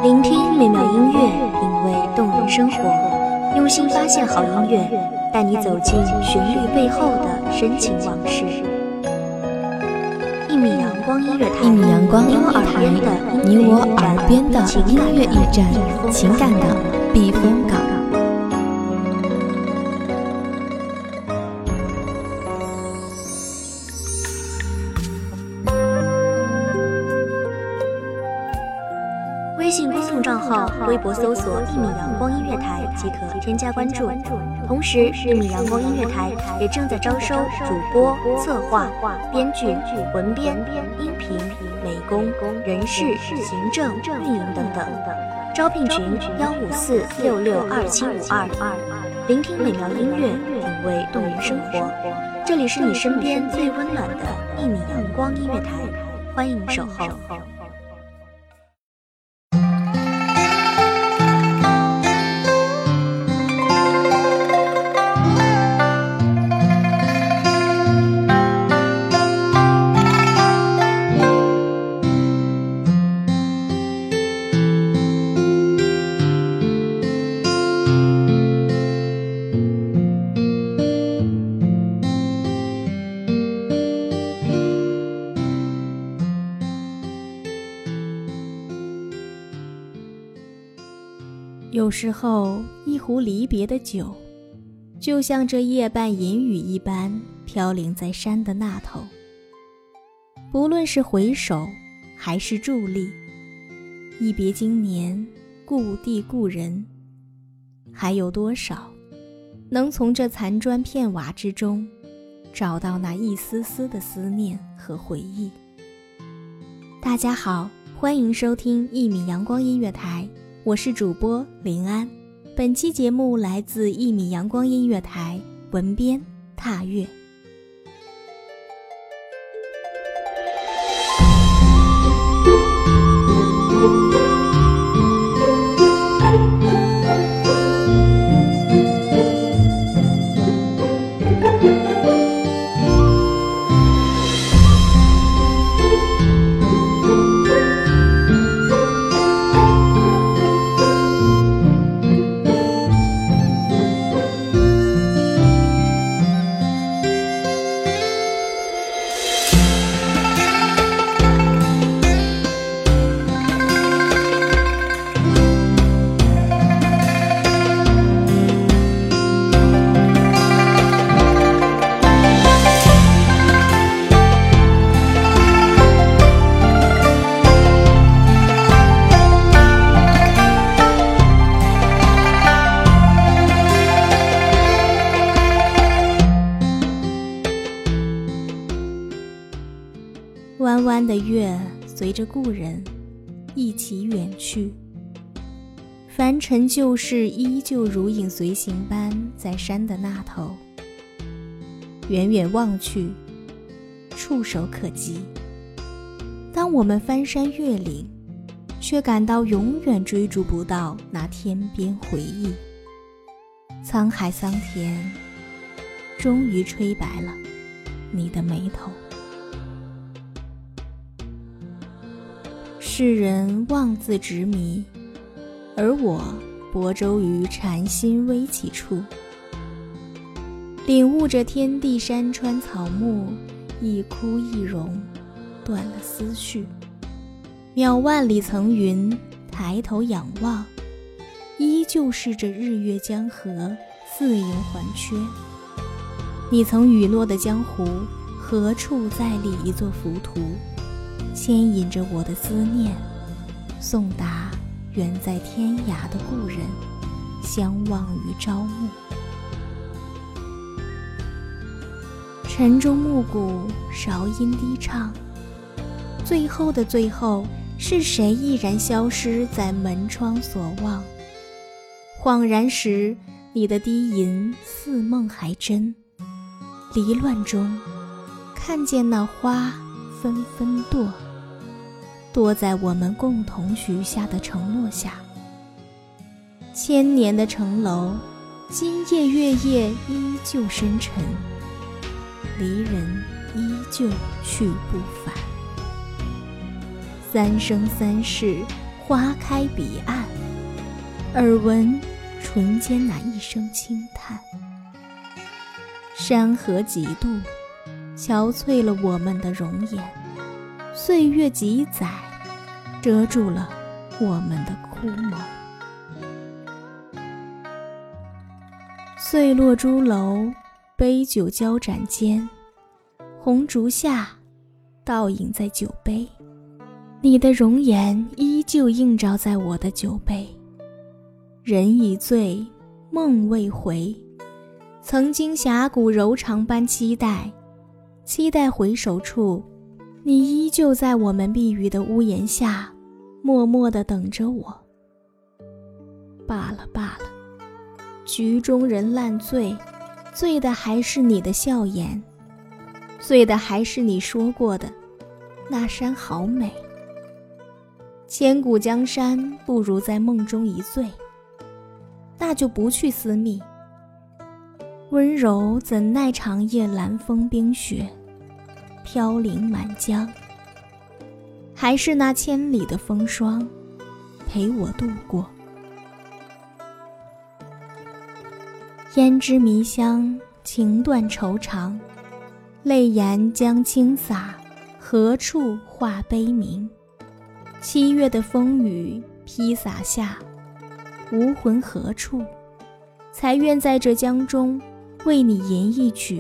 聆听美妙音乐，品味动人生活，用心发现好音乐，带你走进旋律背后的深情往事。一米阳光音乐台， 你我耳边的音乐驿站，情感的避风港。 微信公众账号、微博搜索“一米阳光音乐台”即可添加关注。同时，一米阳光音乐台也正在招收主播、策划、编剧、文编、音频、美工、人事、行政、运营等等。招聘群154662752。聆听美妙音乐，品味动人生活。这里是你身边最温暖的一米阳光音乐台，欢迎守候。 有时候，一壶离别的酒，就像这夜半银雨一般飘零在山的那头。不论是回首，还是伫立，一别经年，故地故人，还有多少能从这残砖片瓦之中找到那一丝丝的思念和回忆？大家好，欢迎收听一米阳光音乐台，我是主播林安。本期节目来自一米阳光音乐台，文编踏月。弯弯的月随着故人一起远去，凡尘旧事依旧如影随形般在山的那头，远远望去，触手可及。当我们翻山越岭，却感到永远追逐不到那天边回忆。沧海桑田，终于吹白了你的眉头。世人妄自执迷，而我泊舟于禅心微起处，领悟着天地山川草木，一枯一荣，断了思绪。渺万里层云，抬头仰望，依旧是这日月江河，四影环缺。你曾允诺的江湖，何处再立一座浮屠，牵引着我的思念，送达远在天涯的故人，相望于朝暮。晨钟暮鼓，韶音低唱，最后的最后，是谁毅然消失在门窗所望？恍然时，你的低吟似梦还真。离乱中，看见那花纷纷堕在我们共同许下的承诺下。千年的城楼，今夜月夜依旧深沉，离人依旧去不返。三生三世， 花开彼岸，耳闻唇间那一声轻叹。山河几度，憔悴了我们的容颜，岁月几载，遮住了我们的枯眸。碎落朱楼，杯酒交盏间，红烛下，倒影在酒杯，你的容颜依旧映照在我的酒杯。人已醉，梦未回，曾经峡谷柔肠般期待，期待回首处，你依旧在我们避雨的屋檐下，默默地等着我。罢了罢了，局中人烂醉，醉的还是你的笑颜，醉的还是你说过的那山好美。千古江山不如在梦中一醉，那就不去私密。温柔怎奈长夜寒风冰雪，飘零满江。还是那千里的风霜，陪我度过。胭脂迷香，情断愁肠，泪眼将倾洒，何处话悲鸣？7月的风雨披洒下，无魂何处？才愿在这江中为你吟一曲。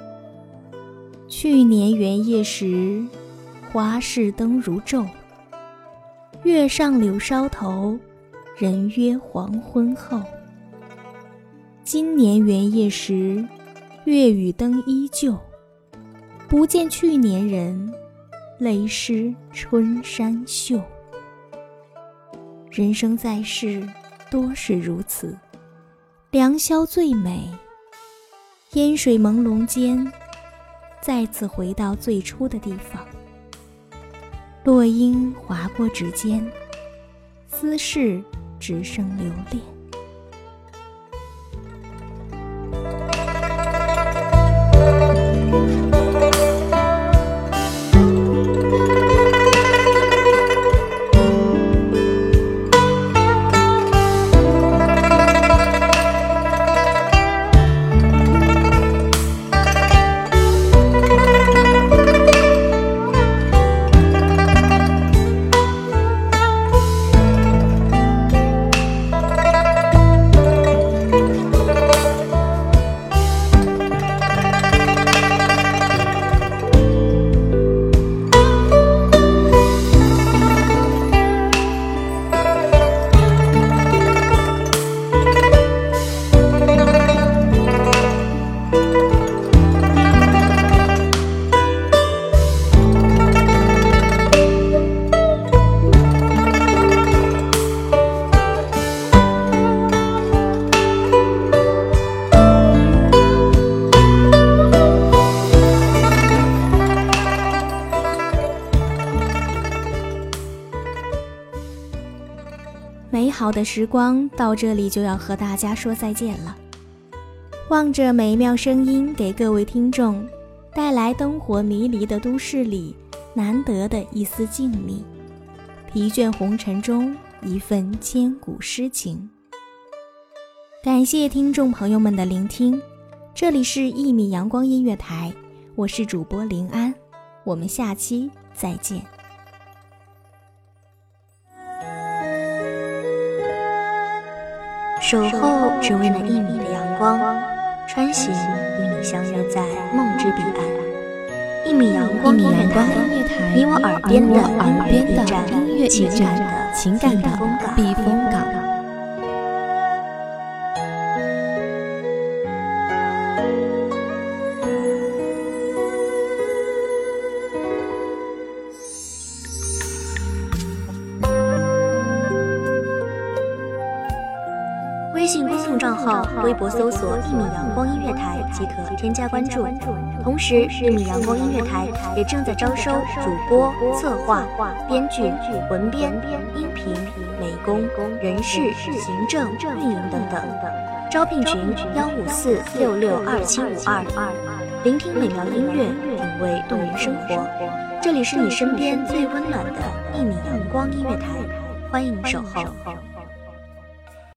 去年元夜时，花市灯如昼，月上柳梢头，人约黄昏后。今年元夜时，月与灯依旧，不见去年人，泪湿春衫袖。人生在世，多是如此，良宵最美。烟水朦胧间，再次回到最初的地方。落英划过指尖，思绪只剩留恋。美好的时光到这里就要和大家说再见了。望着美妙声音给各位听众带来灯火迷离的都市里难得的一丝静谧，疲倦红尘中一份千古诗情。感谢听众朋友们的聆听，这里是1米阳光音乐台，我是主播林安，我们下期再见。 守候只为那1米的阳光，穿行与你相约在梦之彼岸。1米阳光音乐台，你我耳边的音乐驿站，情感的避风港。微信公众账号、微博搜索1米阳光音乐台即可添加关注。同时，1米阳光音乐台也正在招收主播、策划、编剧、文编、音频、美工、人事、行政、运营等等。招聘群154662752。聆听美妙音乐，品味动人生活。这里是你身边最温暖的1米阳光音乐台。 欢迎守候。